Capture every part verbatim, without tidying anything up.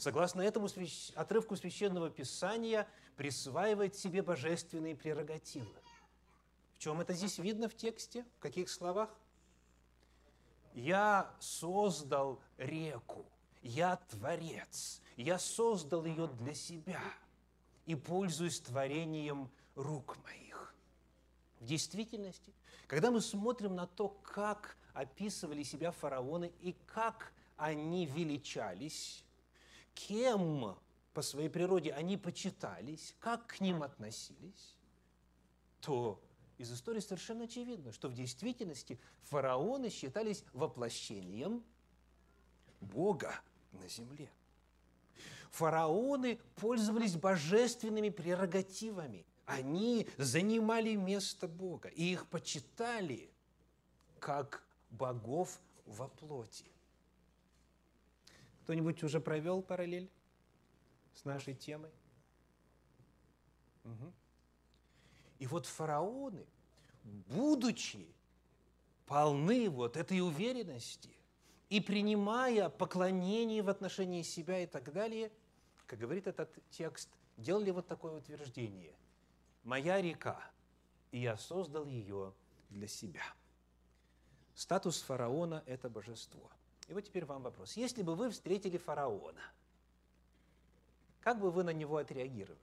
согласно этому отрывку Священного Писания, присваивает себе божественные прерогативы. В чем это здесь видно в тексте? В каких словах? «Я создал реку, я Творец, я создал ее для себя и пользуюсь творением рук моих». В действительности, когда мы смотрим на то, как описывали себя фараоны и как они величались, кем по своей природе они почитались, как к ним относились, то из истории совершенно очевидно, что в действительности фараоны считались воплощением Бога на земле. Фараоны пользовались божественными прерогативами. Они занимали место Бога, и их почитали как богов во плоти. Кто-нибудь уже провел параллель с нашей темой? Угу. И вот фараоны, будучи полны вот этой уверенности и принимая поклонение в отношении себя и так далее, как говорит этот текст, делали вот такое утверждение: «Моя река, и я создал ее для себя». Статус фараона – это божество. И вот теперь вам вопрос. Если бы вы встретили фараона, как бы вы на него отреагировали?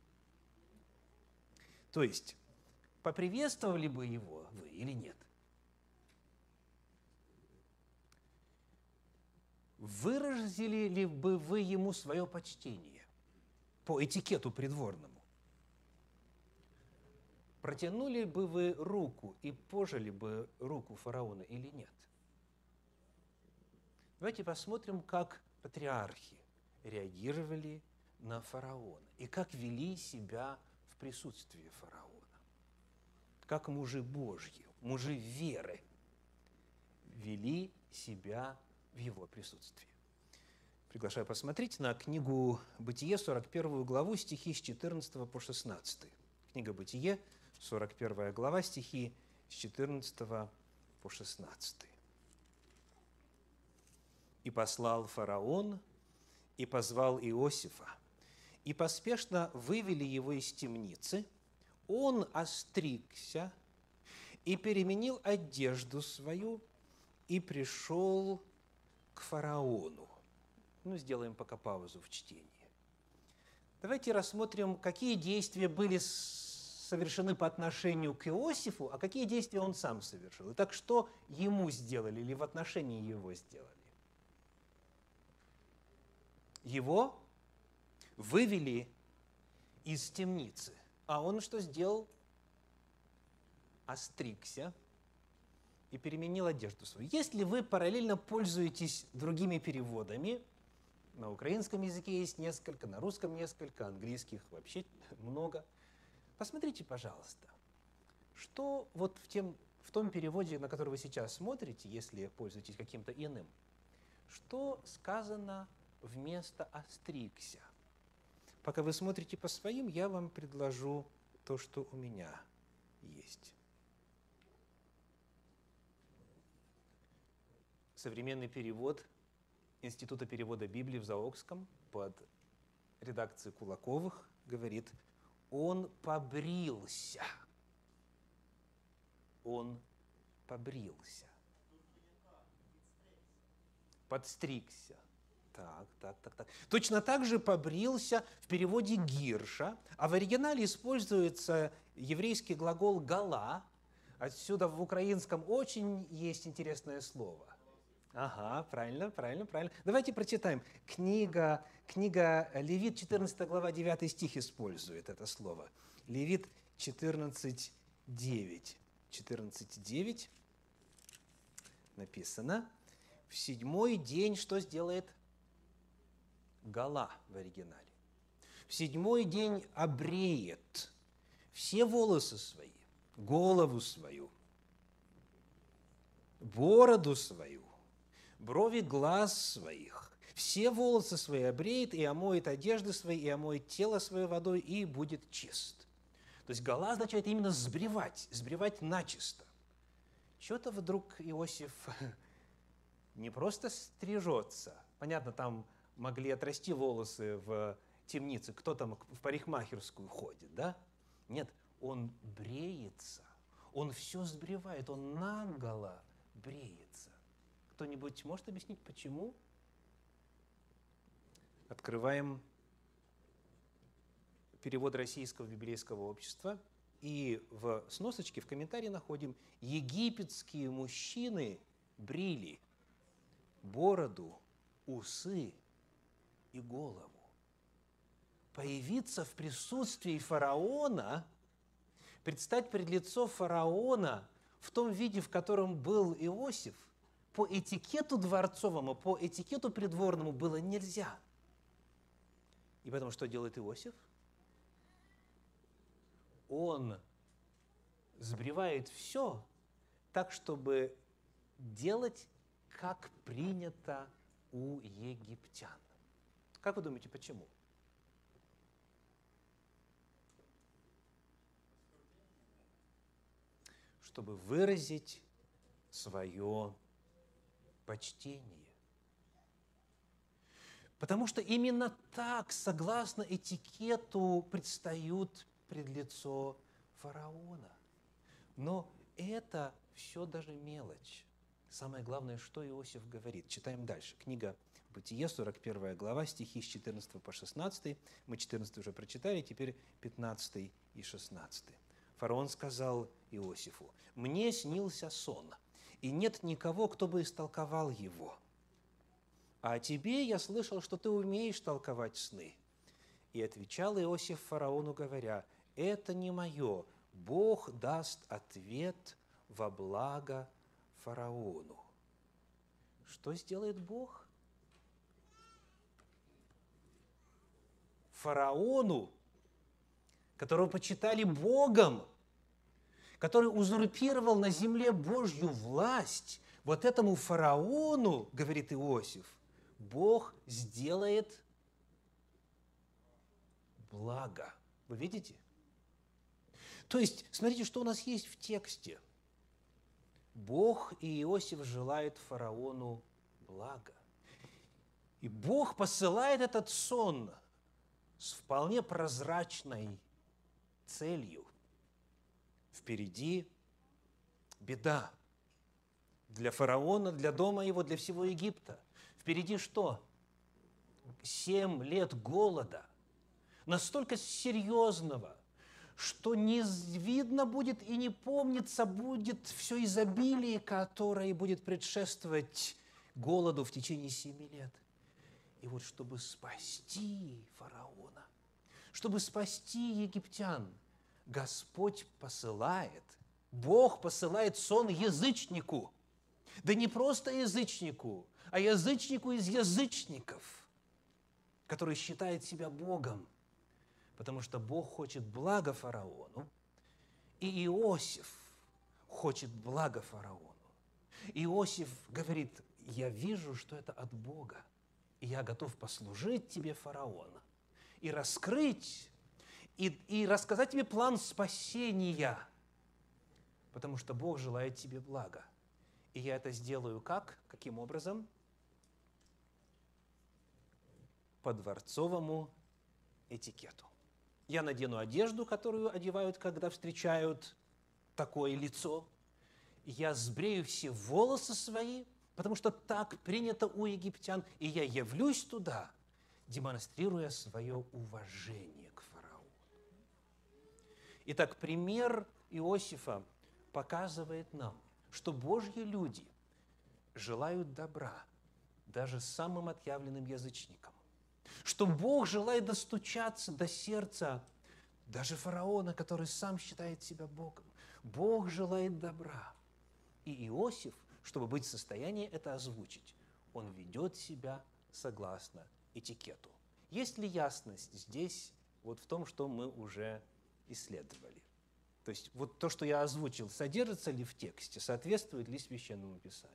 То есть, поприветствовали бы его вы или нет? Выразили ли бы вы ему свое почтение по этикету придворному? Протянули бы вы руку и пожали бы руку фараона или нет? Давайте посмотрим, как патриархи реагировали на фараона и как вели себя в присутствии фараона. Как мужи Божьи, мужи веры вели себя в его присутствии. Приглашаю посмотреть на книгу «Бытие», сорок первую главу, стихи с четырнадцатого по шестнадцатый. Книга «Бытие», сорок первая глава, стихи с четырнадцатого по шестнадцатый. «И послал фараон, и позвал Иосифа, и поспешно вывели его из темницы. Он остригся и переменил одежду свою, и пришел к фараону». Ну, сделаем пока паузу в чтении. Давайте рассмотрим, какие действия были совершены по отношению к Иосифу, а какие действия он сам совершил. Итак, что ему сделали или в отношении его сделали? Его вывели из темницы. А он что сделал? Остригся и переменил одежду свою. Если вы параллельно пользуетесь другими переводами, на украинском языке есть несколько, на русском несколько, английских вообще много, посмотрите, пожалуйста, что вот в, тем, в том переводе, на который вы сейчас смотрите, если пользуетесь каким-то иным, что сказано вместо «остригся». Пока вы смотрите по своим, я вам предложу то, что у меня есть. Современный перевод Института перевода Библии в Заокском под редакцией Кулаковых говорит: «Он побрился». Он побрился. Подстригся. Так, так, так, так. Точно так же побрился в переводе Гирша, а в оригинале используется еврейский глагол «гала». Отсюда в украинском очень есть интересное слово. Ага, правильно, правильно, правильно. Давайте прочитаем. Книга, книга Левит, четырнадцатая глава, девятый стих использует это слово. Левит четырнадцать девять. четырнадцать девять написано: «В седьмой день что сделает?» Гала в оригинале. «В седьмой день обреет все волосы свои, голову свою, бороду свою, брови глаз своих, все волосы свои обреет, и омоет одежды свои, и омоет тело свое водой, и будет чист». То есть гала означает именно сбривать, сбривать начисто. Чего-то вдруг Иосиф не просто стрижется, понятно, там могли отрасти волосы в темнице, кто там в парикмахерскую ходит, да? Нет, он бреется, он все сбривает, он наголо бреется. Кто-нибудь может объяснить, почему? Открываем перевод Российского библейского общества, и в сносочке, в комментарии находим: египетские мужчины брили бороду, усы и голову. Появиться в присутствии фараона, предстать пред лицо фараона в том виде, в котором был Иосиф, по этикету дворцовому, по этикету придворному было нельзя. И поэтому что делает Иосиф? Он сбривает все так, чтобы делать, как принято у египтян. Как вы думаете, почему? Чтобы выразить свое почтение. Потому что именно так, согласно этикету, предстают пред лицо фараона. Но это все даже мелочь. Самое главное, что Иосиф говорит. Читаем дальше. Книга Бытие, сорок первая глава, стихи с четырнадцатого по шестнадцатый. Мы четырнадцатый уже прочитали, теперь пятнадцатый и шестнадцатый. Фараон сказал Иосифу: «Мне снился сон, и нет никого, кто бы истолковал его. А о тебе я слышал, что ты умеешь толковать сны». И отвечал Иосиф фараону, говоря: «Это не мое, Бог даст ответ во благо фараону». Что сделает Бог? Фараону, которого почитали Богом, который узурпировал на земле Божью власть, вот этому фараону, говорит Иосиф, Бог сделает благо. Вы видите? То есть, смотрите, что у нас есть в тексте. Бог и Иосиф желают фараону блага. И Бог посылает этот сон с вполне прозрачной целью. Впереди беда для фараона, для дома его, для всего Египта. Впереди что? Семь лет голода, настолько серьезного, что не видно будет и не помнится будет все изобилие, которое будет предшествовать голоду в течение семи лет. И вот чтобы спасти фараона, чтобы спасти египтян, Господь посылает, Бог посылает сон язычнику. Да не просто язычнику, а язычнику из язычников, который считает себя Богом. Потому что Бог хочет блага фараону, и Иосиф хочет блага фараону. Иосиф говорит: я вижу, что это от Бога, и я готов послужить тебе, фараон, и раскрыть, и, и рассказать тебе план спасения, потому что Бог желает тебе блага. И я это сделаю как? Каким образом? По дворцовому этикету. Я надену одежду, которую одевают, когда встречают такое лицо. Я сбрею все волосы свои, потому что так принято у египтян, и я явлюсь туда, демонстрируя свое уважение к фараону. Итак, пример Иосифа показывает нам, что Божьи люди желают добра даже самым отъявленным язычникам, что Бог желает достучаться до сердца даже фараона, который сам считает себя Богом. Бог желает добра. И Иосиф, чтобы быть в состоянии это озвучить, он ведет себя согласно этикету. Есть ли ясность здесь вот в том, что мы уже исследовали? То есть вот то, что я озвучил, содержится ли в тексте, соответствует ли Священному Писанию?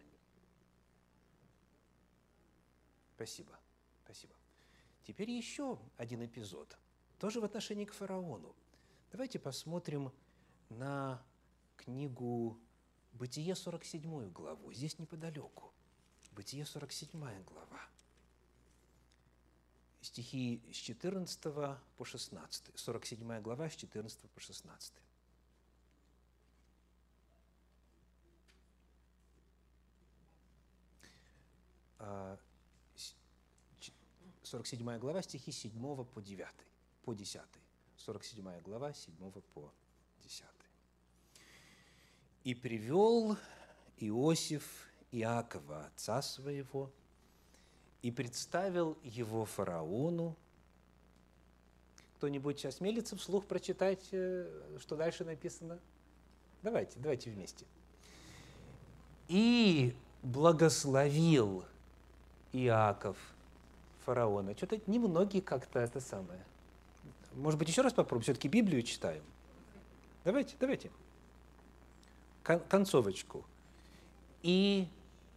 Спасибо, спасибо. Теперь еще один эпизод, тоже в отношении к фараону. Давайте посмотрим на книгу Бытие, сорок седьмую главу, здесь неподалеку. Бытие, сорок седьмая глава. стихи с четырнадцатого по шестнадцатый, сорок седьмая глава, с четырнадцатого по шестнадцатый. сорок седьмая глава, стихи с седьмого по девятый, по десятый. сорок седьмая глава, с седьмого по десятый. «И привел Иосиф Иакова, отца своего, и представил его фараону». Кто-нибудь осмелится вслух прочитать, что дальше написано? Давайте, давайте вместе. «И благословил Иаков фараона». Что-то немногие как-то это самое. Может быть, еще раз попробуем? Все-таки Библию читаем. Давайте, давайте. Кон- концовочку. «И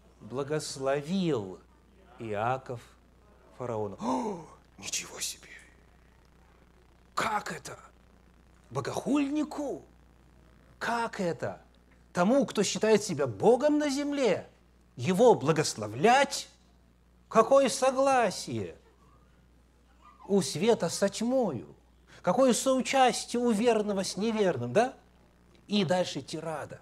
благословил Иаков фараона». О, ничего себе! Как это? Богохульнику? Как это? Тому, кто считает себя Богом на земле, его благословлять? Какое согласие у света со тьмою? Какое соучастие у верного с неверным, да? И дальше тирада.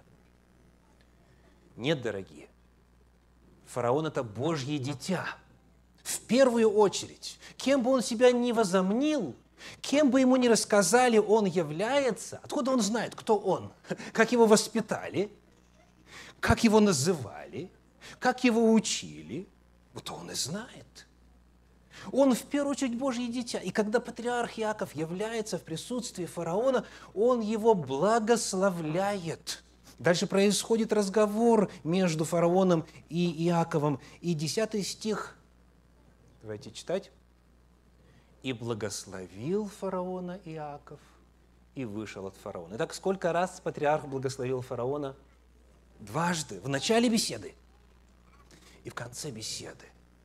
Нет, дорогие, фараон – это Божье дитя. В первую очередь, кем бы он себя ни возомнил, кем бы ему ни рассказали, он является, откуда он знает, кто он, как его воспитали, как его называли, как его учили, вот он и знает. Он в первую очередь Божье дитя. И когда патриарх Иаков является в присутствии фараона, он его благословляет. Дальше происходит разговор между фараоном и Иаковом. И десятый стих, давайте читать. «И благословил фараона Иаков, и вышел от фараона». Итак, сколько раз патриарх благословил фараона? Дважды, в начале беседы и в конце беседы.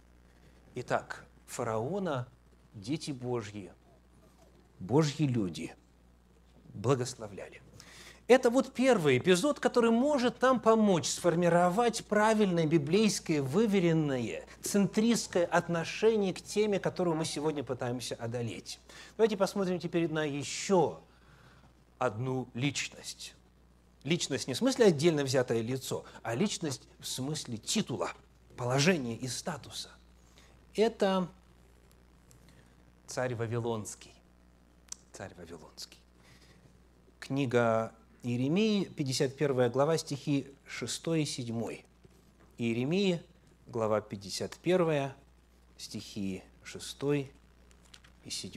Итак, фараона дети Божьи, Божьи люди благословляли. Это вот первый эпизод, который может нам помочь сформировать правильное библейское, выверенное, центристское отношение к теме, которую мы сегодня пытаемся одолеть. Давайте посмотрим теперь на еще одну личность. Личность не в смысле отдельно взятое лицо, а личность в смысле титула, положения и статуса. Это царь Вавилонский. Царь Вавилонский. Книга Иеремии, пятьдесят первая глава, стихи шесть и семь. Иеремии, глава пятьдесят первая, стихи шесть и семь.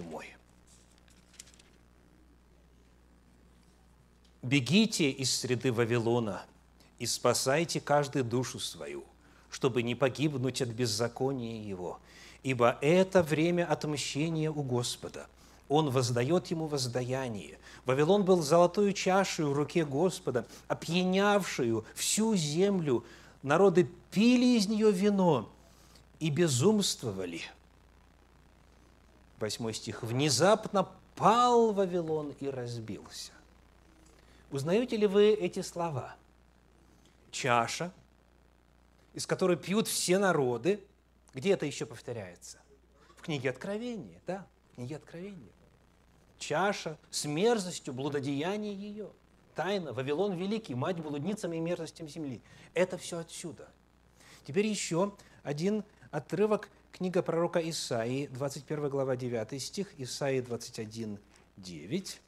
«Бегите из среды Вавилона и спасайте каждую душу свою, чтобы не погибнуть от беззакония его, ибо это время отмщения у Господа. Он воздает ему воздаяние. Вавилон был золотою чашей в руке Господа, опьянявшую всю землю. Народы пили из нее вино и безумствовали». Восьмой стих. «Внезапно пал Вавилон и разбился». Узнаете ли вы эти слова? Чаша, из которой пьют все народы. Где это еще повторяется? В книге Откровения, да, в книге Откровения. Чаша с мерзостью блудодеяния ее. Тайна, Вавилон великий, мать блудницам и мерзостям земли. Это все отсюда. Теперь еще один отрывок, книга пророка Исаии, двадцать первая глава, девятый стих, Исаии двадцать один, девять.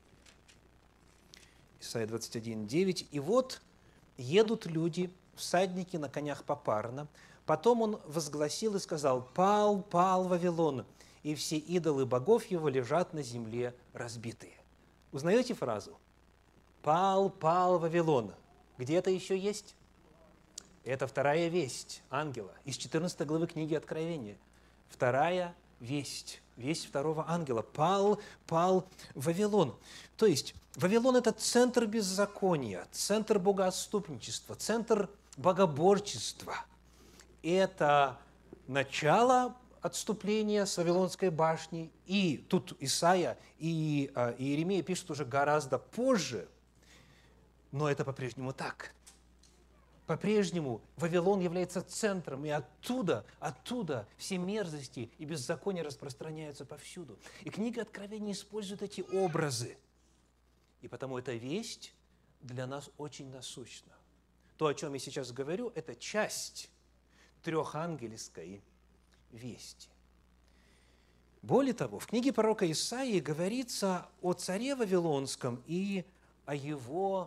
Исаия двадцать один, девять. «И вот едут люди, всадники на конях попарно. Потом он возгласил и сказал: пал, пал Вавилон, и все идолы богов его лежат на земле разбитые». Узнаете фразу? Пал, пал Вавилон. Где это еще есть? Это вторая весть ангела из четырнадцатой главы книги Откровения. Вторая весть, весть второго ангела. Пал, пал Вавилон. То есть Вавилон – это центр беззакония, центр богоотступничества, центр богоборчества. Это начало отступления с Вавилонской башни. И тут Исаия и Иеремия пишут уже гораздо позже, но это по-прежнему так. по-прежнему Вавилон является центром, и оттуда, оттуда все мерзости и беззакония распространяются повсюду. И книга Откровения использует эти образы. И потому эта весть для нас очень насущна. То, о чем я сейчас говорю, это часть трехангельской вести. Более того, в книге пророка Исаии говорится о царе Вавилонском и о его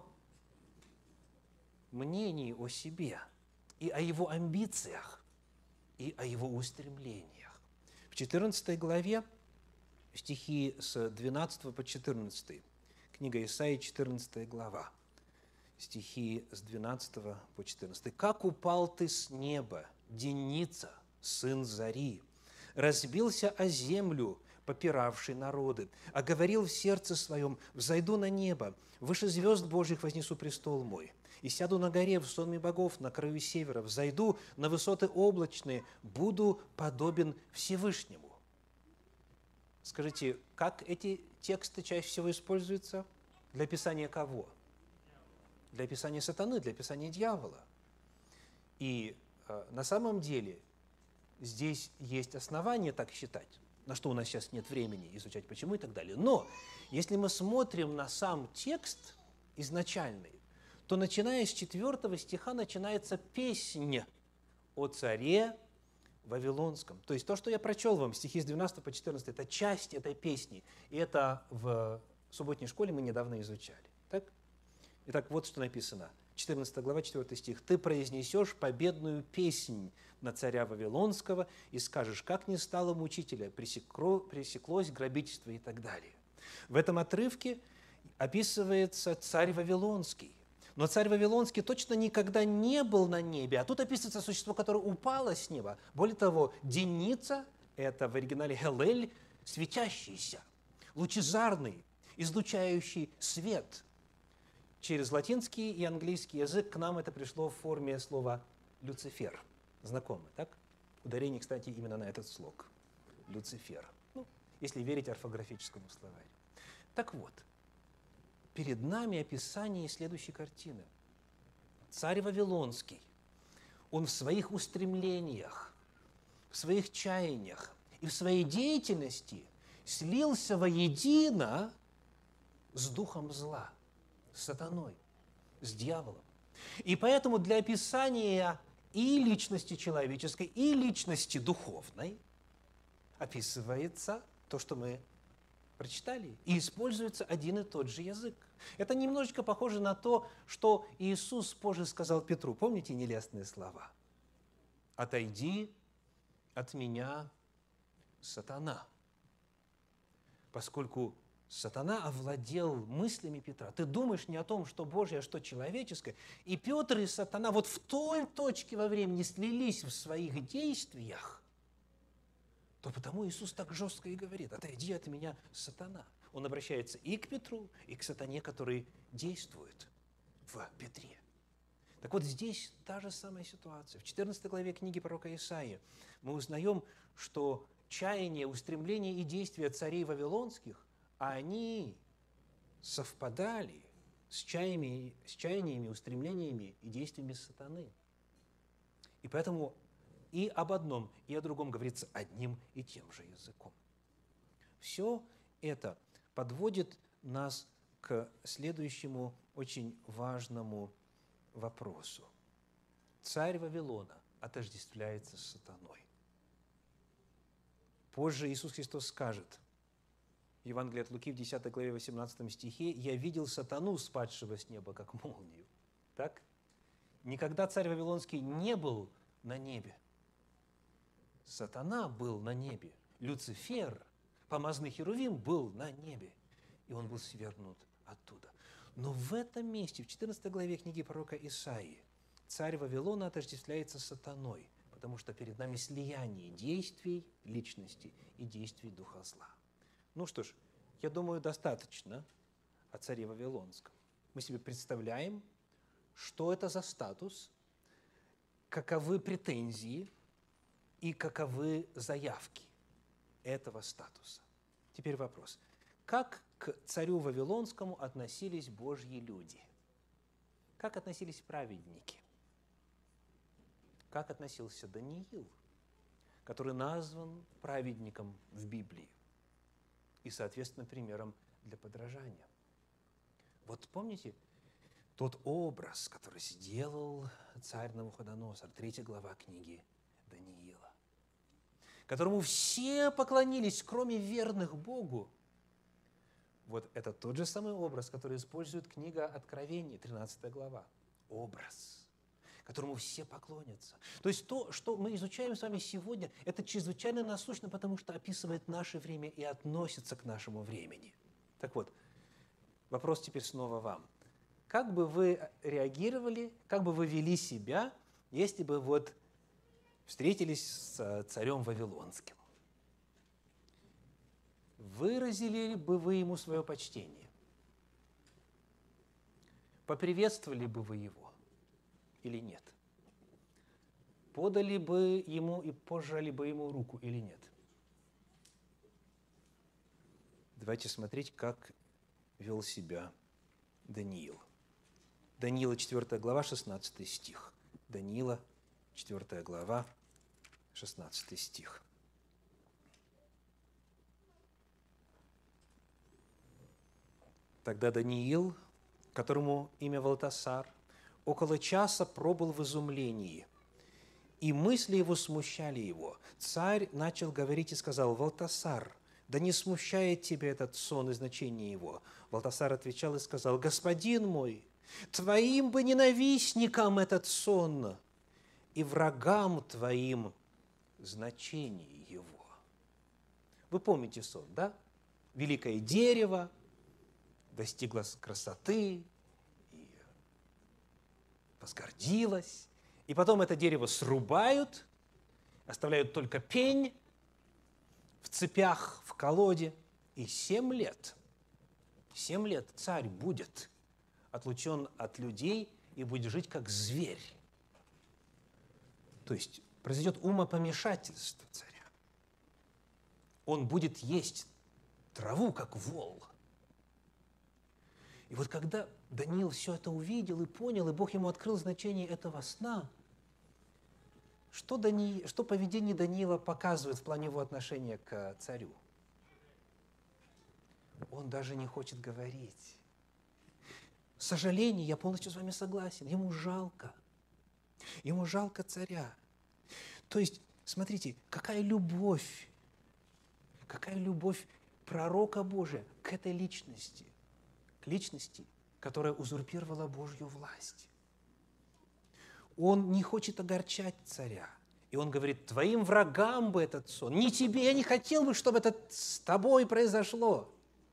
мнении о себе, и о его амбициях, и о его устремлениях. В четырнадцатой главе, стихи с двенадцатого по четырнадцатый, книга Исаии, четырнадцатая глава, стихи с двенадцатого по четырнадцатый. «Как упал ты с неба, Деница, сын Зари, разбился о землю, попиравший народы, а говорил в сердце своем: взойду на небо, выше звезд Божьих вознесу престол мой, и сяду на горе в сонме богов на краю севера, взойду на высоты облачные, буду подобен Всевышнему». Скажите, как эти тексты чаще всего используются? Для описания кого? Для описания сатаны, для описания дьявола. И э, на самом деле здесь есть основания так считать, на что у нас сейчас нет времени изучать, почему и так далее. Но если мы смотрим на сам текст изначальный, то, начиная с четвертого стиха, начинается песня о царе Вавилонском. То есть то, что я прочел вам, стихи с двенадцатого по четырнадцатый, это часть этой песни. И это в субботней школе мы недавно изучали. Так? Итак, вот что написано. четырнадцатая глава, четвёртый стих. «Ты произнесешь победную песнь на царя Вавилонского и скажешь, как не стало мучителя, пресекло, пресеклось грабительство» и так далее. В этом отрывке описывается царь Вавилонский. Но царь Вавилонский точно никогда не был на небе, а тут описывается существо, которое упало с неба. Более того, Деница – это в оригинале Хелель, светящийся, лучезарный, излучающий свет. Через латинский и английский язык к нам это пришло в форме слова «Люцифер». Знакомы, так? Ударение, кстати, именно на этот слог. Люцифер. Ну, если верить орфографическому словарю. Так вот, перед нами описание следующей картины. Царь Вавилонский, он в своих устремлениях, в своих чаяниях и в своей деятельности слился воедино с духом зла, с сатаной, с дьяволом. И поэтому для описания и личности человеческой, и личности духовной описывается то, что мы прочитали, и используется один и тот же язык. Это немножечко похоже на то, что Иисус позже сказал Петру. Помните нелестные слова? «Отойди от меня, сатана». Поскольку сатана овладел мыслями Петра. Ты думаешь не о том, что Божье, а что человеческое. И Петр и сатана вот в той точке во времени слились в своих действиях, то потому Иисус так жестко и говорит: «Отойди от меня, сатана». Он обращается и к Петру, и к сатане, который действует в Петре. Так вот, здесь та же самая ситуация. В четырнадцатой главе книги пророка Исаии мы узнаем, что чаяния, устремления и действия царей вавилонских, они совпадали с чаяниями, с чаяниями, устремлениями и действиями сатаны. И поэтому и об одном, и о другом говорится одним и тем же языком. Все это подводит нас к следующему очень важному вопросу. Царь Вавилона отождествляется с сатаной. Позже Иисус Христос скажет, Евангелие от Луки в десятой главе восемнадцатом стихе: «Я видел сатану, спадшего с неба, как молнию». Так? Никогда царь Вавилонский не был на небе. Сатана был на небе. Люцифер, помазанный Херувим, был на небе. И он был свергнут оттуда. Но в этом месте, в четырнадцатой главе книги пророка Исаии, царь Вавилона отождествляется с сатаной, потому что перед нами слияние действий личности и действий духа зла. Ну что ж, я думаю, достаточно о царе Вавилонском. Мы себе представляем, что это за статус, каковы претензии и каковы заявки этого статуса. Теперь вопрос. Как к царю Вавилонскому относились Божьи люди? Как относились праведники? как относился Даниил, который назван праведником в Библии и, соответственно, примером для подражания. Вот помните тот образ, который сделал царь Навуходоносор, третья глава книги Даниила, которому все поклонились, кроме верных Богу. Вот это тот же самый образ, который использует книга Откровения, тринадцатая глава. Образ, которому все поклонятся. То есть то, что мы изучаем с вами сегодня, это чрезвычайно насущно, потому что описывает наше время и относится к нашему времени. Так вот, вопрос теперь снова вам. Как бы вы реагировали, как бы вы вели себя, если бы вот встретились с царем Вавилонским? Выразили бы вы ему свое почтение? Поприветствовали бы вы его или нет? Подали бы ему и пожали бы ему руку или нет? Давайте смотреть, как вел себя Даниил. Даниила, четвёртая глава, шестнадцатый стих. Даниила, четвёртая глава, шестнадцатый стих. Тогда Даниил, которому имя Валтасар, около часа пробыл в изумлении, и мысли его смущали его. Царь начал говорить и сказал: «Валтасар, да не смущает тебя этот сон и значение его». Валтасар отвечал и сказал: «Господин мой, твоим бы ненавистникам этот сон, и врагам твоим значение его». Вы помните сон, да? Великое дерево достигло красоты и возгордилось, и потом это дерево срубают, оставляют только пень в цепях, в колоде, и семь лет, семь лет царь будет отлучен от людей и будет жить как зверь. То есть произойдет умопомешательство царя. Он будет есть траву, как вол. И вот когда Даниил все это увидел и понял, и Бог ему открыл значение этого сна, что, Дани... что поведение Даниила показывает в плане его отношения к царю? Он даже не хочет говорить. Сожаление, я полностью с вами согласен, ему жалко. Ему жалко царя. То есть, смотрите, какая любовь, какая любовь пророка Божия к этой личности, к личности, которая узурпировала Божью власть. Он не хочет огорчать царя. И он говорит: твоим врагам бы этот сон, не тебе, я не хотел бы, чтобы это с тобой произошло.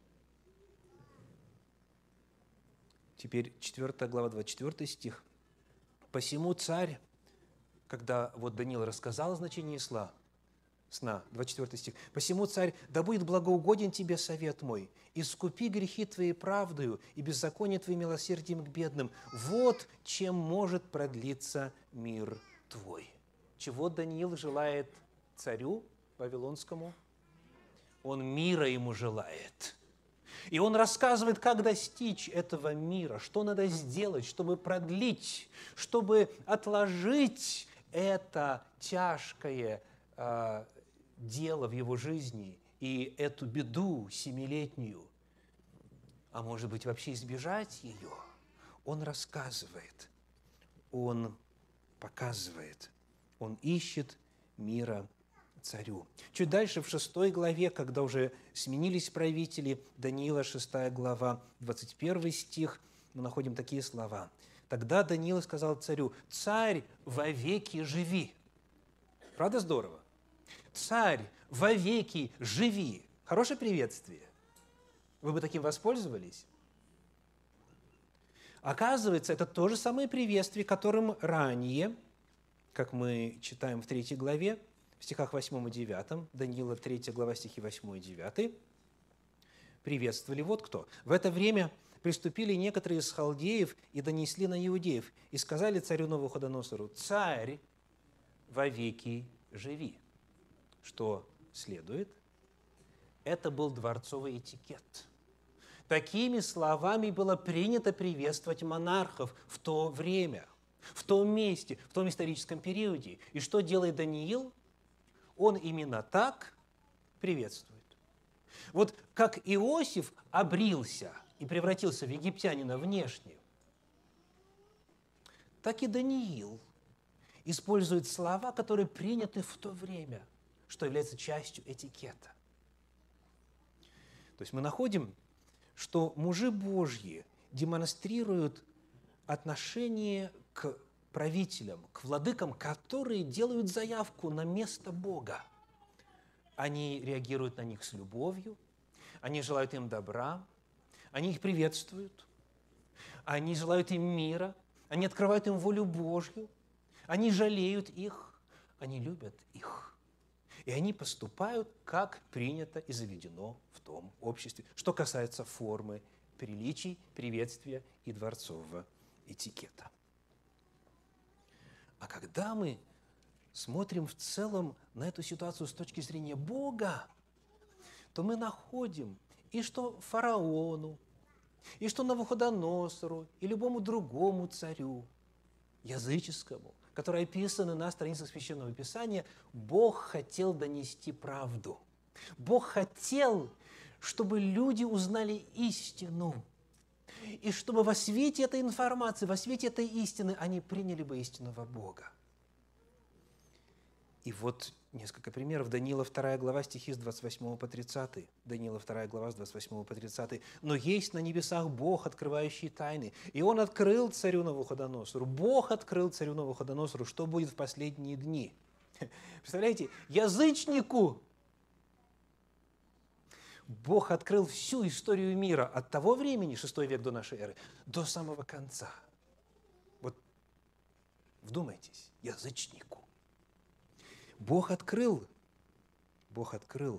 Теперь четвёртая глава, двадцать четвёртый стих. «Посему царь, когда вот Даниил рассказал значение сна, сна, двадцать четвёртый стих, «Посему, царь, да будет благоугоден тебе совет мой, искупи грехи твои правдою и беззаконие твои милосердием к бедным. Вот чем может продлиться мир твой». Чего Даниил желает царю вавилонскому? Он мира ему желает. И он рассказывает, как достичь этого мира, что надо сделать, чтобы продлить, чтобы отложить это тяжкое э, дело в его жизни и эту беду семилетнюю, а может быть, вообще избежать ее. Он рассказывает, он показывает, он ищет мира царю. Чуть дальше, в шестой главе, когда уже сменились правители, Даниила, шестая глава, двадцать первый стих, мы находим такие слова. «Тогда Даниил сказал царю: царь, вовеки живи». Правда здорово? «Царь, вовеки живи». Хорошее приветствие. Вы бы таким воспользовались? Оказывается, это то же самое приветствие, которым ранее, как мы читаем в третьей главе, в стихах восьмом и девятом, Даниила, третья глава, стихи восьмой и девятый, приветствовали вот кто. «В это время приступили некоторые из халдеев и донесли на иудеев, и сказали царю Навуходоносору: царь, вовеки живи». Что следует? Это был дворцовый этикет. Такими словами было принято приветствовать монархов в то время. в том месте, в том историческом периоде. И что делает Даниил? Он именно так приветствует. Вот как Иосиф обрился и превратился в египтянина внешне, так и Даниил использует слова, которые приняты в то время, что является частью этикета. То есть мы находим, что мужи Божьи демонстрируют отношение к правителям, к владыкам, которые делают заявку на место Бога. Они реагируют на них с любовью, они желают им добра, они их приветствуют, они желают им мира, они открывают им волю Божью, они жалеют их, они любят их. И они поступают, как принято и заведено в том обществе, что касается формы приличий, приветствия и дворцового этикета. А когда мы смотрим в целом на эту ситуацию с точки зрения Бога, то мы находим и что фараону, и что Навуходоносору, и любому другому царю, языческому, которые описаны на страницах Священного Писания, Бог хотел донести правду. Бог хотел, чтобы люди узнали истину, и чтобы во свете этой информации, во свете этой истины они приняли бы истинного Бога. И вот несколько примеров. Даниила вторая глава, стихи с двадцать восьмого по тридцатый. Даниила вторая глава, с двадцать восьмого по тридцатый. «Но есть на небесах Бог, открывающий тайны, и Он открыл царю Навуходоносору». Бог открыл царю Навуходоносору, что будет в последние дни. Представляете, язычнику Бог открыл всю историю мира от того времени, шестой век до нашей эры, до самого конца. Вот вдумайтесь, язычнику. Бог открыл, Бог открыл.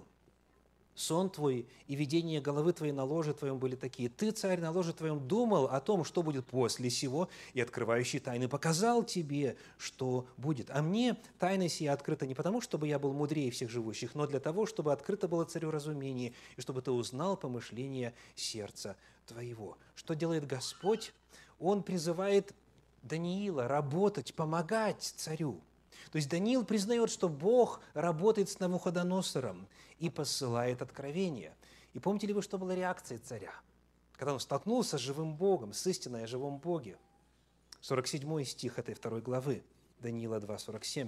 Сон твой и видение головы твоей на ложе твоем были такие. Ты, царь, на ложе твоем думал о том, что будет после сего, и открывающий тайны показал тебе, что будет. А мне тайна сия открыта не потому, чтобы я был мудрее всех живущих, но для того, чтобы открыто было царю разумение, и чтобы ты узнал помышления сердца твоего. Что делает Господь? Он призывает Даниила работать, помогать царю. То есть Даниил признает, что Бог работает с Навуходоносором и посылает откровения. И помните ли вы, что была реакция царя, когда он столкнулся с живым Богом, с истиной о живом Боге? сорок седьмой стих этой второй главы, Даниила два, сорок семь.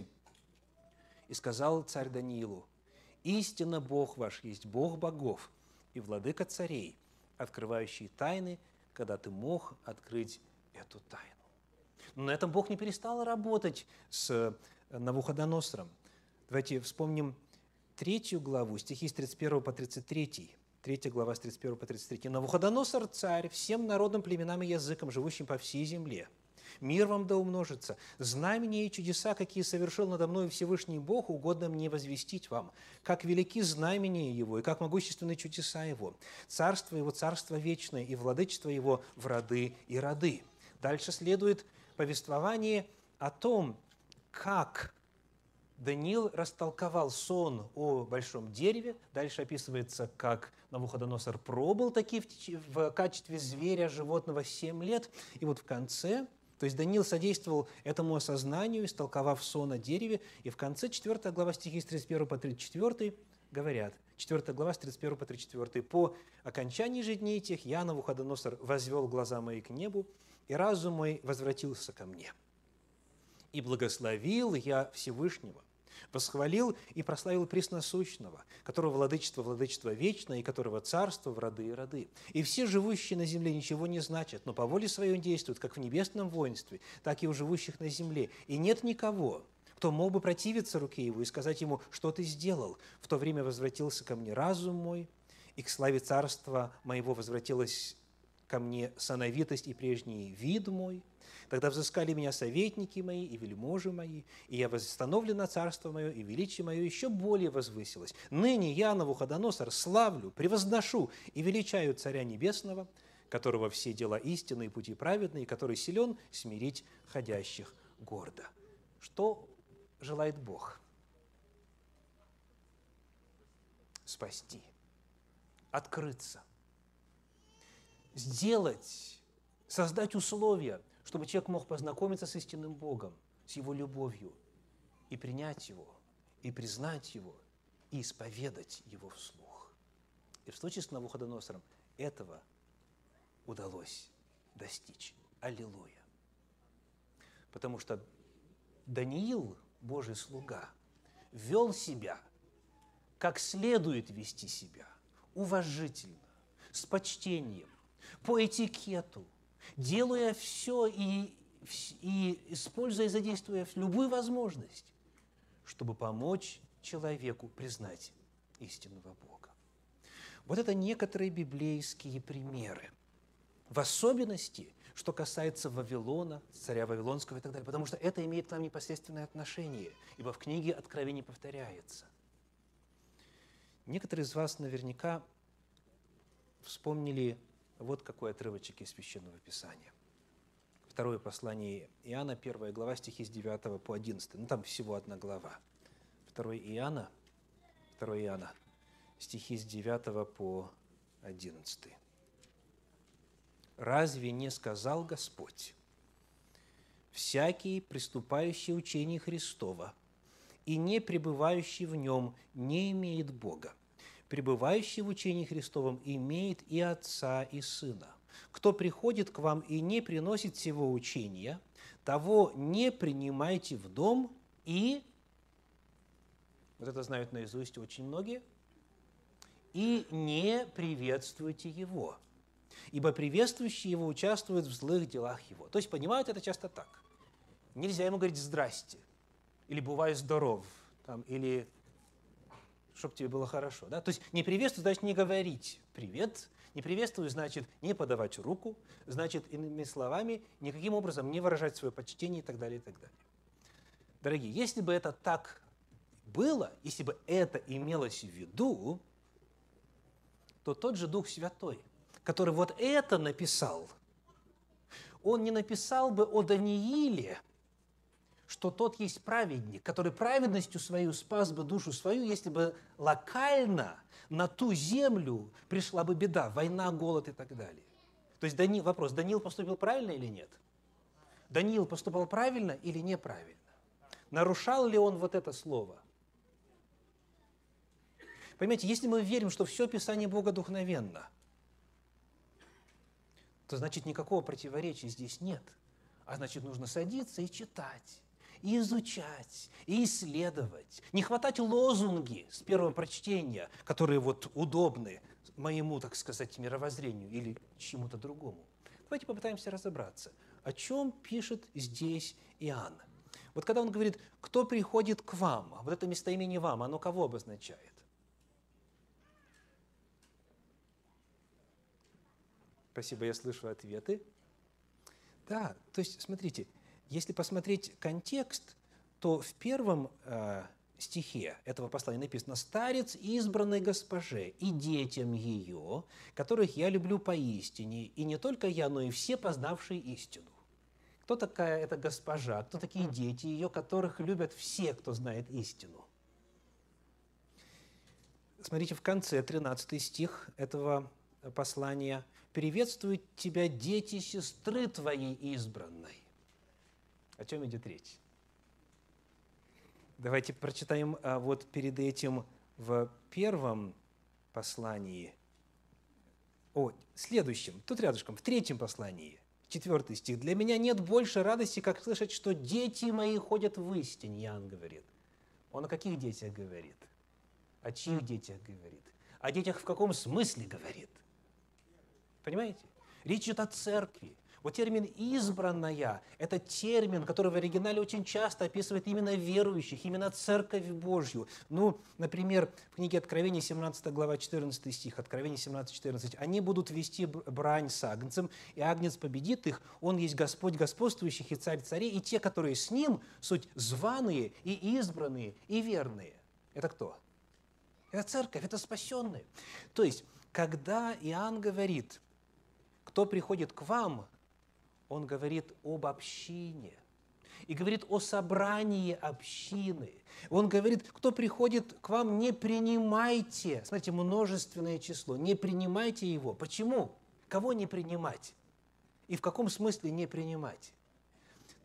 «И сказал царь Даниилу: истинно Бог ваш есть Бог богов и владыка царей, открывающий тайны, когда ты мог открыть эту тайну». Но на этом Бог не перестал работать с Навуходоносором. Давайте вспомним третью главу, стихи с тридцать первого по тридцать третий. Третья глава с тридцать первого по тридцать третий. «Навуходоносор, царь, всем народам, племенам и языкам, живущим по всей земле, мир вам да умножится. Знамения и чудеса, какие совершил надо мною Всевышний Бог, угодно мне возвестить вам. Как велики знамения Его, и как могущественны чудеса Его. Царство Его, царство вечное, и владычество Его в роды и роды». Дальше следует повествование о том, как Даниил растолковал сон о большом дереве. Дальше описывается, как Навуходоносор пробыл таки в, в качестве зверя, животного семь лет. И вот в конце, то есть Даниил содействовал этому осознанию, истолковав сон о дереве. И в конце четвёртая глава, стихи с тридцать первого по тридцать четвёртый говорят, четвёртая глава с тридцать первого по тридцать четвёртый. «По окончании же дней тех я, Навуходоносор, возвел глаза мои к небу, и разум мой возвратился ко мне. И благословил я Всевышнего, восхвалил и прославил Пресносущного, которого владычество, владычество вечное, и которого царство в роды и роды. И все живущие на земле ничего не значат, но по воле своей он действует, как в небесном воинстве, так и у живущих на земле. И нет никого, кто мог бы противиться руке его и сказать ему, что ты сделал. В то время возвратился ко мне разум мой, и к славе царства моего возвратилась ко мне сановитость и прежний вид мой. Тогда взыскали меня советники мои и вельможи мои, и я восстановлен на царство мое, и величие мое еще более возвысилось. Ныне я, Навуходоносор, славлю, превозношу и величаю Царя Небесного, которого все дела истинны и пути праведные, и который силен смирить ходящих гордо». Что желает Бог? Спасти, открыться, сделать, создать условия, чтобы человек мог познакомиться с истинным Богом, с Его любовью, и принять Его, и признать Его, и исповедать Его вслух. И в случае с Навуходоносором этого удалось достичь. Аллилуйя! Потому что Даниил, Божий слуга, вел себя, как следует вести себя, уважительно, с почтением, по этикету, делая все и, и используя и задействуя любую возможность, чтобы помочь человеку признать истинного Бога. Вот это некоторые библейские примеры. В особенности, что касается Вавилона, царя Вавилонского и так далее, потому что это имеет к нам непосредственное отношение, ибо в книге Откровений повторяется. Некоторые из вас наверняка вспомнили вот какой отрывочек из Священного Писания. Второе послание Иоанна, первая глава, стихи с девятого по одиннадцатый. Ну, там всего одна глава. Второе Иоанна, второе Иоанна, стихи с девятого по одиннадцатый. «Разве не сказал Господь: всякий, приступающий учение Христова и не пребывающий в нем, не имеет Бога. Пребывающий в учении Христовом имеет и Отца, и Сына. Кто приходит к вам и не приносит сего учения, того не принимайте в дом и...» Вот это знают наизусть очень многие. «И не приветствуйте его, ибо приветствующие его участвуют в злых делах его». То есть понимают это часто так. Нельзя ему говорить «здрасте», или «бывай здоров», там, или «чтоб тебе было хорошо». Да? То есть не приветствую, значит не говорить «привет», не приветствую, значит не подавать руку, значит, иными словами, никаким образом не выражать свое почтение и так далее, и так далее. Дорогие, если бы это так было, если бы это имелось в виду, то тот же Дух Святой, который вот это написал, он не написал бы о Данииле, что тот есть праведник, который праведностью свою спас бы душу свою, если бы локально на ту землю пришла бы беда, война, голод и так далее. То есть Дани... вопрос, Даниил поступил правильно или нет? Даниил поступал правильно или неправильно? Нарушал ли он вот это слово? Понимаете, если мы верим, что все Писание Бога духовенно, то значит никакого противоречия здесь нет. А значит, нужно садиться и читать, и изучать, и исследовать. Не хватать лозунги с первого прочтения, которые вот удобны моему, так сказать, мировоззрению или чему-то другому. Давайте попытаемся разобраться, о чем пишет здесь Иоанн. Вот когда он говорит, кто приходит к вам, вот это местоимение «вам», оно кого обозначает? Спасибо, я слышу ответы. Да, то есть, смотрите, если посмотреть контекст, то в первом э, стихе этого послания написано «Старец избранной госпоже и детям ее, которых я люблю поистине, и не только я, но и все, познавшие истину». Кто такая эта госпожа? Кто такие дети ее, которых любят все, кто знает истину? Смотрите, в конце тринадцатый стих этого послания «Приветствуют тебя дети сестры твоей избранной». О чем идет речь? Давайте прочитаем а, вот перед этим в первом послании, о, следующем, тут рядышком, в третьем послании, четвертый стих. «Для меня нет больше радости, как слышать, что дети мои ходят в истине», Иоанн говорит. Он о каких детях говорит? О чьих детях говорит? О детях в каком смысле говорит? Понимаете? Речь идет о церкви. Вот термин «избранная» – это термин, который в оригинале очень часто описывает именно верующих, именно Церковь Божью. Ну, например, в книге Откровения, семнадцатая глава, четырнадцатый стих, Откровение семнадцать четырнадцать. «Они будут вести брань с Агнцем, и Агнец победит их. Он есть Господь господствующих и Царь царей, и те, которые с Ним, суть званые и избранные и верные». Это кто? Это Церковь, это спасенные. То есть, когда Иоанн говорит, кто приходит к вам, он говорит об общине и говорит о собрании общины. Он говорит, кто приходит к вам, не принимайте. Смотрите, множественное число. Не принимайте его. Почему? Кого не принимать? И в каком смысле не принимать?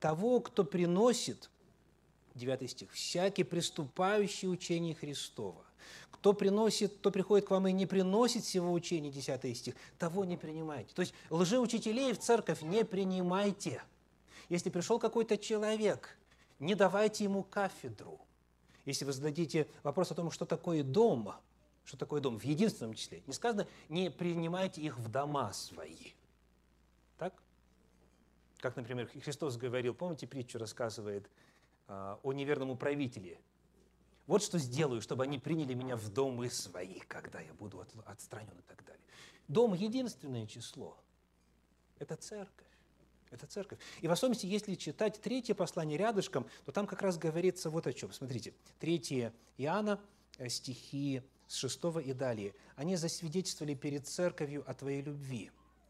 того, кто приносит, девятый стих, всякий приступающий учение Христова. Кто приносит, кто приходит к вам и не приносит сего учения, десятый стих, того не принимайте. То есть лжеучителей в церковь не принимайте. Если пришел какой-то человек, не давайте ему кафедру. Если вы зададите вопрос о том, что такое дом, что такое дом в единственном числе, не сказано, не принимайте их в дома свои. Так? Как, например, Христос говорил, помните, притчу рассказывает а, о неверном управителе. Вот что сделаю, чтобы они приняли меня в домы свои, когда я буду от, отстранен и так далее. Дом – единственное число. Это церковь. Это церковь. И в особенности, если читать третье послание рядышком, то там как раз говорится вот о чем. Смотрите, третье Иоанна, стихи с шестого и далее. Они засвидетельствовали перед церковью о твоей любви.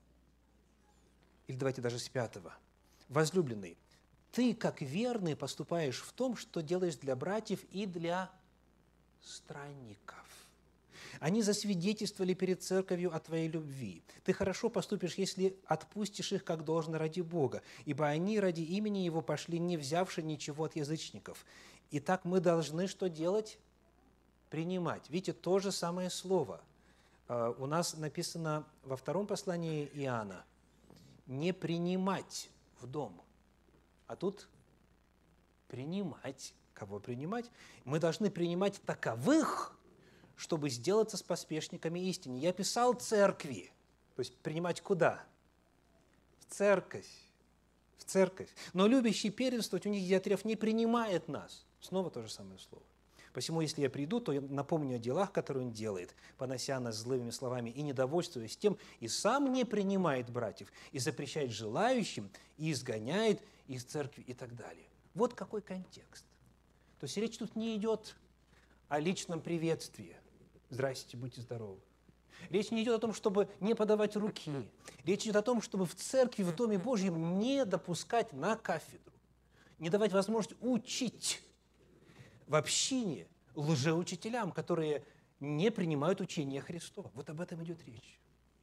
Или давайте даже с пятого. Возлюбленный, ты, как верный, поступаешь в том, что делаешь для братьев и для странников. Они засвидетельствовали перед церковью о твоей любви. Ты хорошо поступишь, если отпустишь их, как должно, ради Бога, ибо они ради имени Его пошли, не взявши ничего от язычников. Итак, мы должны что делать? Принимать. Видите, то же самое слово. У нас написано во втором послании Иоанна «не принимать в дом». А тут принимать. Кого принимать? Мы должны принимать таковых, чтобы сделаться с поспешниками истины. Я писал церкви. То есть принимать куда? В церковь. В церковь. Но любящий первенствовать, у них Диатреф не принимает нас. Снова то же самое слово. Посему, если я приду, то я напомню о делах, которые он делает, понося нас злыми словами и недовольствуясь тем, и сам не принимает братьев, и запрещает желающим, и изгоняет из церкви и так далее. Вот какой контекст. То есть речь тут не идет о личном приветствии. Здрасте, будьте здоровы. Речь не идет о том, чтобы не подавать руки. Речь идет о том, чтобы в церкви, в Доме Божьем не допускать на кафедру, не давать возможность учить в общине лжеучителям, которые не принимают учения Христова. Вот об этом идет речь.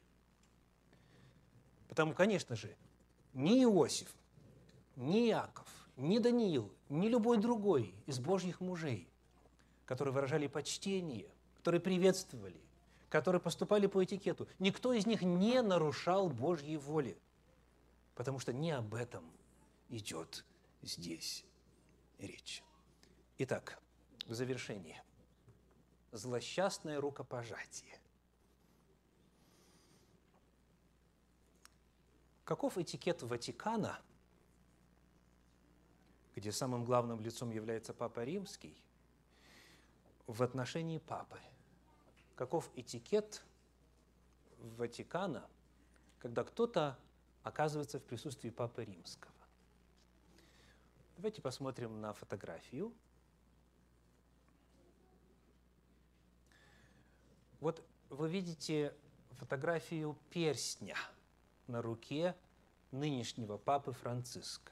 Потому, конечно же, ни Иосиф, ни Иаков, ни Даниил, ни любой другой из Божьих мужей, которые выражали почтение, которые приветствовали, которые поступали по этикету, никто из них не нарушал Божьей воли, потому что не об этом идет здесь речь. Итак, в завершение. Злосчастное рукопожатие. Каков этикет Ватикана, где самым главным лицом является Папа Римский, в отношении Папы? Каков этикет Ватикана, когда кто-то оказывается в присутствии Папы Римского? Давайте посмотрим на фотографию. Вот вы видите фотографию перстня на руке нынешнего Папы Франциска.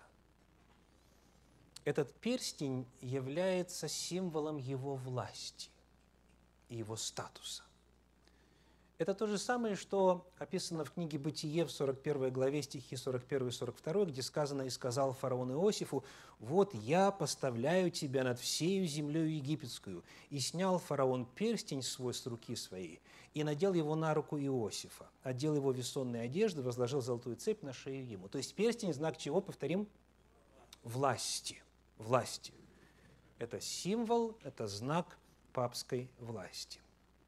Этот перстень является символом его власти и его статуса. Это то же самое, что описано в книге «Бытие» в сорок первой главе, стихи сорок первый и сорок второй, где сказано: «И сказал фараон Иосифу: вот я поставляю тебя над всею землею египетскую. И снял фараон перстень свой с руки своей, и надел его на руку Иосифа, одел его весонные одежды, возложил золотую цепь на шею ему». То есть перстень – знак чего, повторим? Власти. Власти. Это символ, это знак папской власти.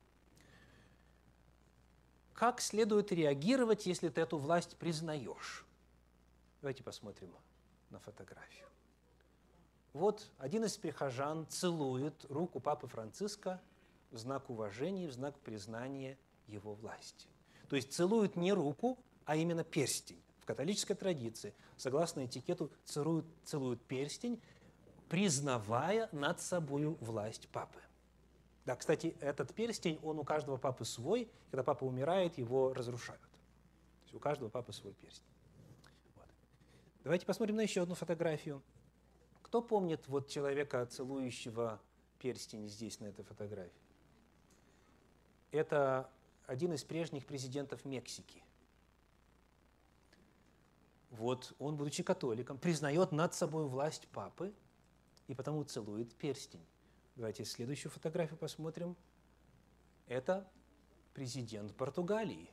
Как следует реагировать, если ты эту власть признаешь? Давайте посмотрим на фотографию. Вот один из прихожан целует руку Папы Франциска в знак уважения, в знак признания его власти. То есть целует не руку, а именно перстень. В католической традиции, согласно этикету, целуют, целуют перстень, признавая над собою власть Папы. Да, кстати, этот перстень, он у каждого папы свой. Когда папа умирает, его разрушают. То есть у каждого папы свой перстень. Вот. Давайте посмотрим на еще одну фотографию. Кто помнит вот человека, целующего перстень здесь, на этой фотографии? Это один из прежних президентов Мексики. вот он, будучи католиком, признает над собой власть папы и потому целует перстень. Давайте следующую фотографию посмотрим. Это президент Португалии.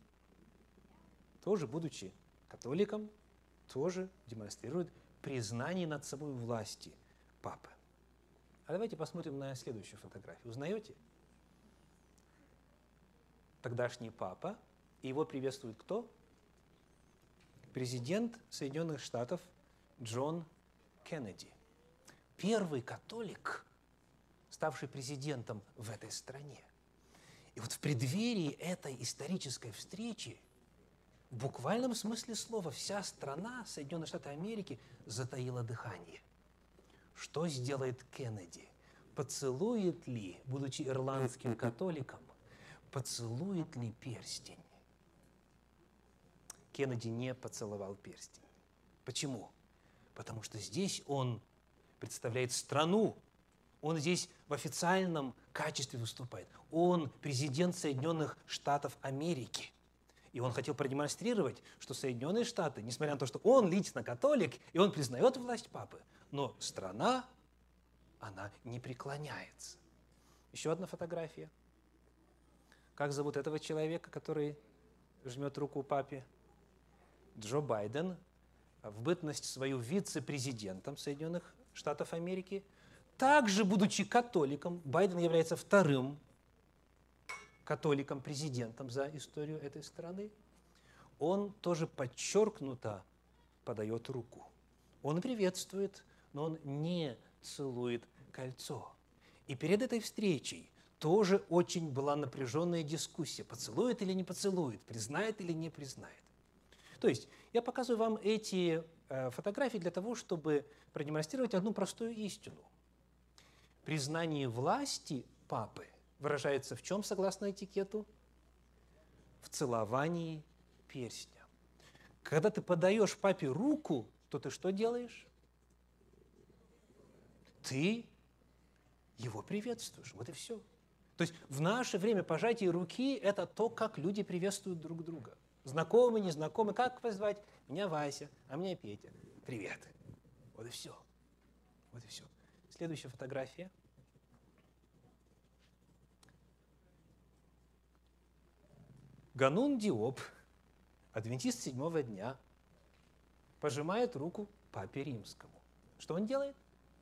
Тоже, будучи католиком, тоже демонстрирует признание над собой власти папы. А давайте посмотрим на следующую фотографию. Узнаете? Тогдашний папа, и его приветствует кто? Президент Соединенных Штатов Джон Кеннеди. Первый католик, ставший президентом в этой стране. И вот в преддверии этой исторической встречи в буквальном смысле слова вся страна, Соединенные Штаты Америки, затаила дыхание. Что сделает Кеннеди? Поцелует ли, будучи ирландским католиком, поцелует ли перстень? Кеннеди не поцеловал перстень. Почему? Потому что здесь он представляет страну, он здесь в официальном качестве выступает. Он президент Соединенных Штатов Америки. И он хотел продемонстрировать, что Соединенные Штаты, несмотря на то, что он лично католик, и он признает власть папы, но страна, она не преклоняется. Еще одна фотография. Как зовут этого человека, который жмет руку папе? Джо Байден, в бытность свою вице-президентом Соединенных Штатов Америки. Также, будучи католиком, Байден является вторым католиком-президентом за историю этой страны. Он тоже подчеркнуто подает руку. Он приветствует, но он не целует кольцо. И перед этой встречей тоже очень была напряженная дискуссия, поцелует или не поцелует, признает или не признает. То есть я показываю вам эти э, фотографии для того, чтобы продемонстрировать одну простую истину. Признание власти папы выражается в чем, согласно этикету? В целовании перстня. Когда ты подаешь папе руку, то ты что делаешь? Ты его приветствуешь. Вот и все. То есть в наше время пожатие руки – это то, как люди приветствуют друг друга. Знакомые, незнакомые. Как вас звать? Меня Вася, а меня Петя. Привет. Вот и все. Вот и все. Следующая фотография. Ганун Диоп, адвентист седьмого дня, пожимает руку папе римскому. Что он делает?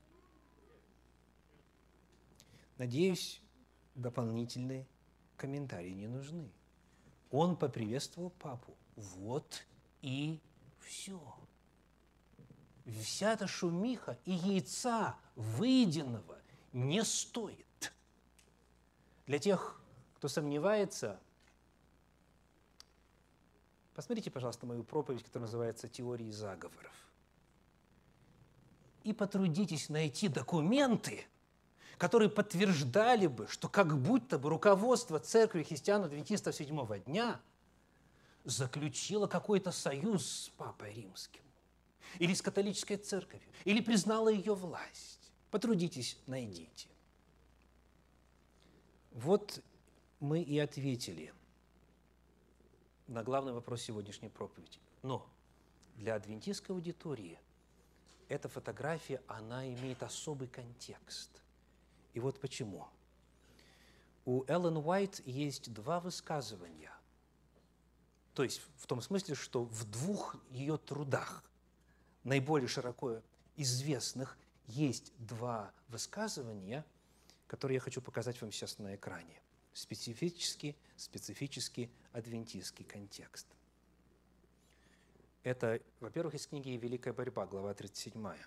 Надеюсь, дополнительные комментарии не нужны. Он поприветствовал папу. Вот и все. Вся эта шумиха и яйца выеденного не стоит. Для тех, кто сомневается, посмотрите, пожалуйста, мою проповедь, которая называется «Теории заговоров». И потрудитесь найти документы, которые подтверждали бы, что как будто бы руководство Церкви христиан-адвентистов седьмого дня заключило какой-то союз с Папой Римским, или с католической церковью, или признало ее власть. Потрудитесь, найдите. Вот мы и ответили на главный вопрос сегодняшней проповеди. Но для адвентистской аудитории эта фотография, она имеет особый контекст. И вот почему. У Эллен Уайт есть два высказывания. То есть в том смысле, что в двух ее трудах, наиболее широко известных, есть два высказывания, которые я хочу показать вам сейчас на экране. Специфический, специфический адвентистский контекст. Это, во-первых, из книги «Великая борьба», глава тридцать седьмая.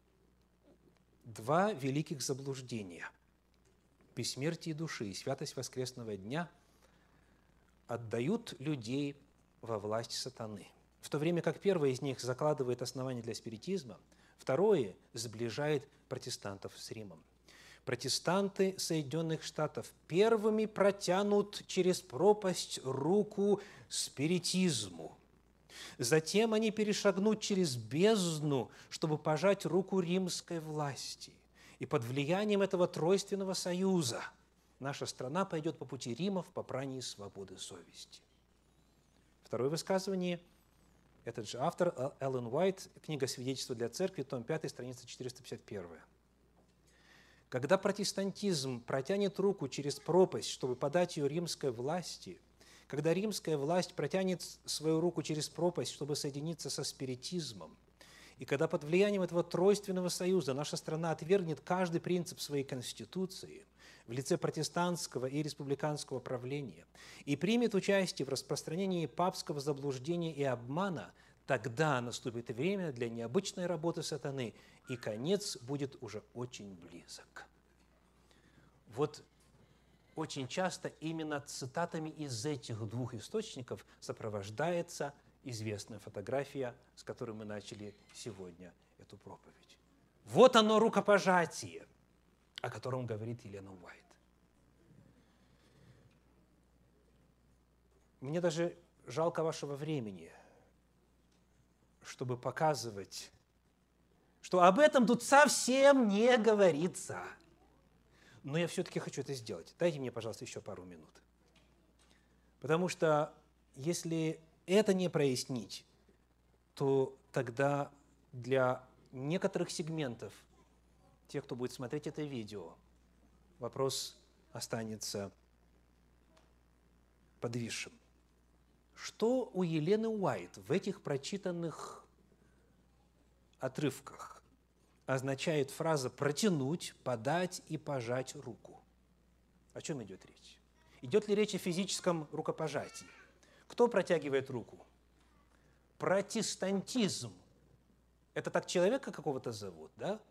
Два великих заблуждения – бессмертие души и святость воскресного дня – отдают людей во власть сатаны. В то время как первое из них закладывает основания для спиритизма, второе сближает протестантов с Римом. Протестанты Соединенных Штатов первыми протянут через пропасть руку спиритизму. Затем они перешагнут через бездну, чтобы пожать руку римской власти. И под влиянием этого тройственного союза наша страна пойдет по пути Рима в попрании свободы совести. Второе высказывание – этот же автор, Эллен Уайт, книга «Свидетельство для церкви», том пятый, страница четыреста пятьдесят первая. Когда протестантизм протянет руку через пропасть, чтобы подать ее римской власти, когда римская власть протянет свою руку через пропасть, чтобы соединиться со спиритизмом, и когда под влиянием этого тройственного союза наша страна отвергнет каждый принцип своей конституции в лице протестантского и республиканского правления и примет участие в распространении папского заблуждения и обмана, тогда наступит время для необычной работы сатаны, и конец будет уже очень близок. Вот очень часто именно цитатами из этих двух источников сопровождается известная фотография, с которой мы начали сегодня эту проповедь. Вот оно, рукопожатие, о котором говорит Елена Уайт. Мне даже жалко вашего времени, чтобы показывать, что об этом тут совсем не говорится. Но я все-таки хочу это сделать. Дайте мне, пожалуйста, еще пару минут. Потому что если это не прояснить, то тогда для некоторых сегментов, тех, кто будет смотреть это видео, вопрос останется подвисшим. Что у Елены Уайт в этих прочитанных отрывках означает фраза «протянуть, подать и пожать руку»? О чем идет речь? Идет ли речь о физическом рукопожатии? Кто протягивает руку? Протестантизм. Это так человека какого-то зовут, да?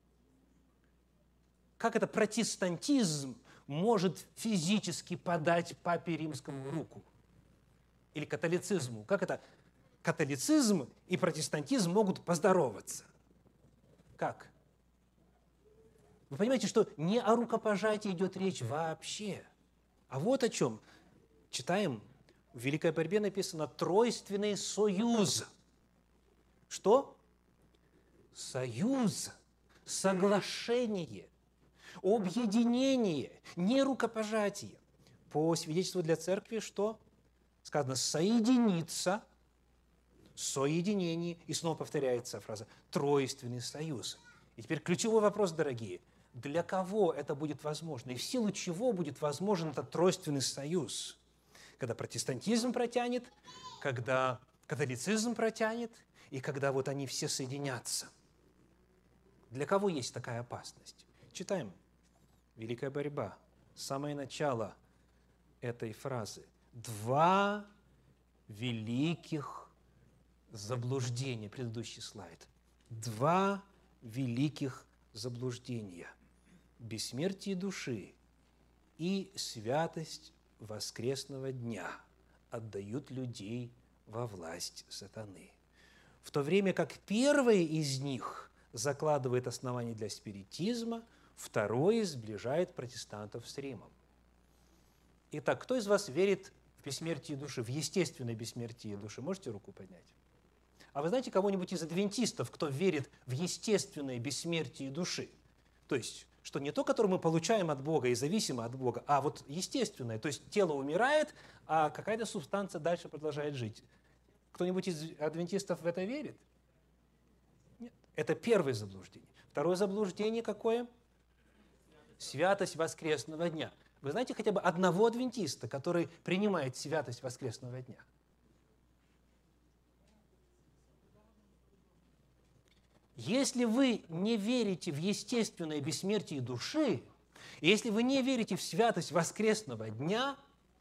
Как это протестантизм может физически подать папе римскому руку? Или католицизму? Как это католицизм и протестантизм могут поздороваться? Как? Вы понимаете, что не о рукопожатии идет речь вообще. А вот о чем. Читаем. В Великой борьбе написано «тройственный союз». Что? Союз, соглашение, объединение, не рукопожатие. По свидетельству для церкви что? Сказано «соединиться», «соединение», и снова повторяется фраза «тройственный союз». И теперь ключевой вопрос, дорогие. Для кого это будет возможно? И в силу чего будет возможен этот тройственный союз? Когда протестантизм протянет, когда католицизм протянет, и когда вот они все соединятся. Для кого есть такая опасность? Читаем. Великая борьба. Самое начало этой фразы. Два великих заблуждения. Предыдущий слайд. Два великих заблуждения. Бессмертие души и святость воскресного дня отдают людей во власть сатаны. В то время как первое из них закладывает основания для спиритизма, второе сближает протестантов с Римом. Итак, кто из вас верит в бессмертие души, в естественное бессмертие души? Можете руку поднять? А вы знаете кого-нибудь из адвентистов, кто верит в естественное бессмертие души? То есть, что не то, которое мы получаем от Бога и зависимо от Бога, а вот естественное. То есть, тело умирает, а какая-то субстанция дальше продолжает жить. Кто-нибудь из адвентистов в это верит? Нет. Это первое заблуждение. Второе заблуждение какое? Святость воскресного дня. Вы знаете хотя бы одного адвентиста, который принимает святость воскресного дня? Если вы не верите в естественное бессмертие души, если вы не верите в святость воскресного дня,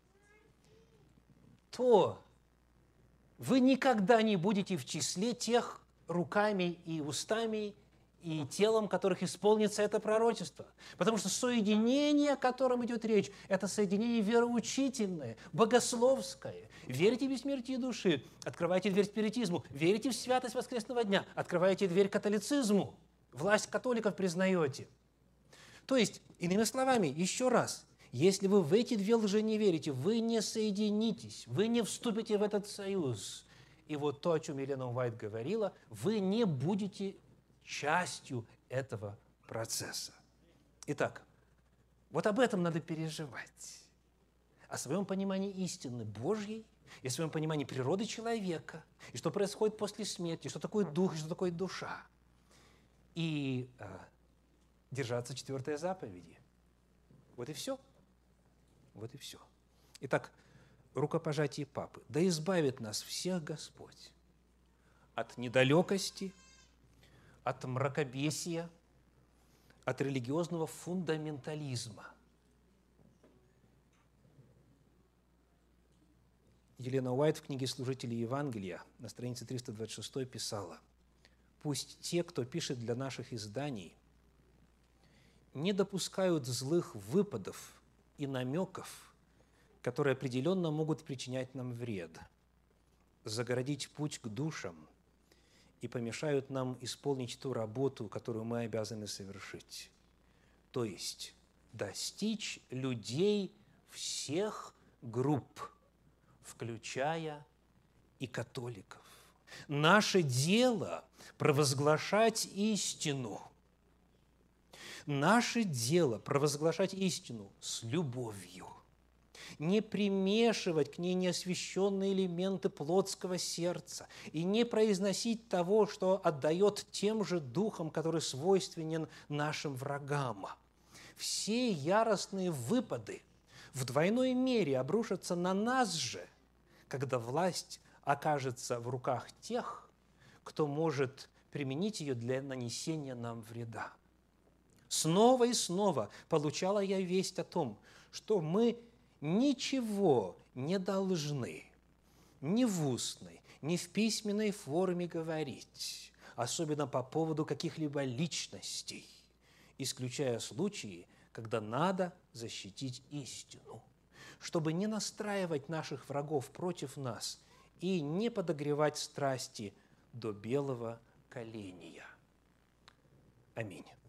то вы никогда не будете в числе тех руками и устами и телом, которых исполнится это пророчество. Потому что соединение, о котором идет речь, это соединение вероучительное, богословское. Верите в бессмертие души, открываете дверь спиритизму. Верите в святость воскресного дня, открываете дверь католицизму. Власть католиков признаете. То есть, иными словами, еще раз, если вы в эти две лжи не верите, вы не соединитесь, вы не вступите в этот союз. И вот то, о чем Елена Уайт говорила, вы не будете частью этого процесса. Итак, вот об этом надо переживать. О своем понимании истины Божьей и о своем понимании природы человека, и что происходит после смерти, и что такое дух, и что такое душа. И э, держаться четвертой заповеди. Вот и все. Вот и все. Итак, рукопожатие папы. Да избавит нас всех Господь от недалекости, от мракобесия, от религиозного фундаментализма. Елена Уайт в книге «Служители Евангелия» на странице триста двадцать шесть писала: «Пусть те, кто пишет для наших изданий, не допускают злых выпадов и намеков, которые определенно могут причинять нам вред, загородить путь к душам и помешают нам исполнить ту работу, которую мы обязаны совершить, то есть достичь людей всех групп, включая и католиков. Наше дело – провозглашать истину. Наше дело – провозглашать истину с любовью, не примешивать к ней неосвященные элементы плотского сердца и не произносить того, что отдает тем же духом, который свойственен нашим врагам. Все яростные выпады в двойной мере обрушатся на нас же, когда власть окажется в руках тех, кто может применить ее для нанесения нам вреда. Снова и снова получала я весть о том, что мы ничего не должны ни в устной, ни в письменной форме говорить, особенно по поводу каких-либо личностей, исключая случаи, когда надо защитить истину, чтобы не настраивать наших врагов против нас и не подогревать страсти до белого коления. Аминь.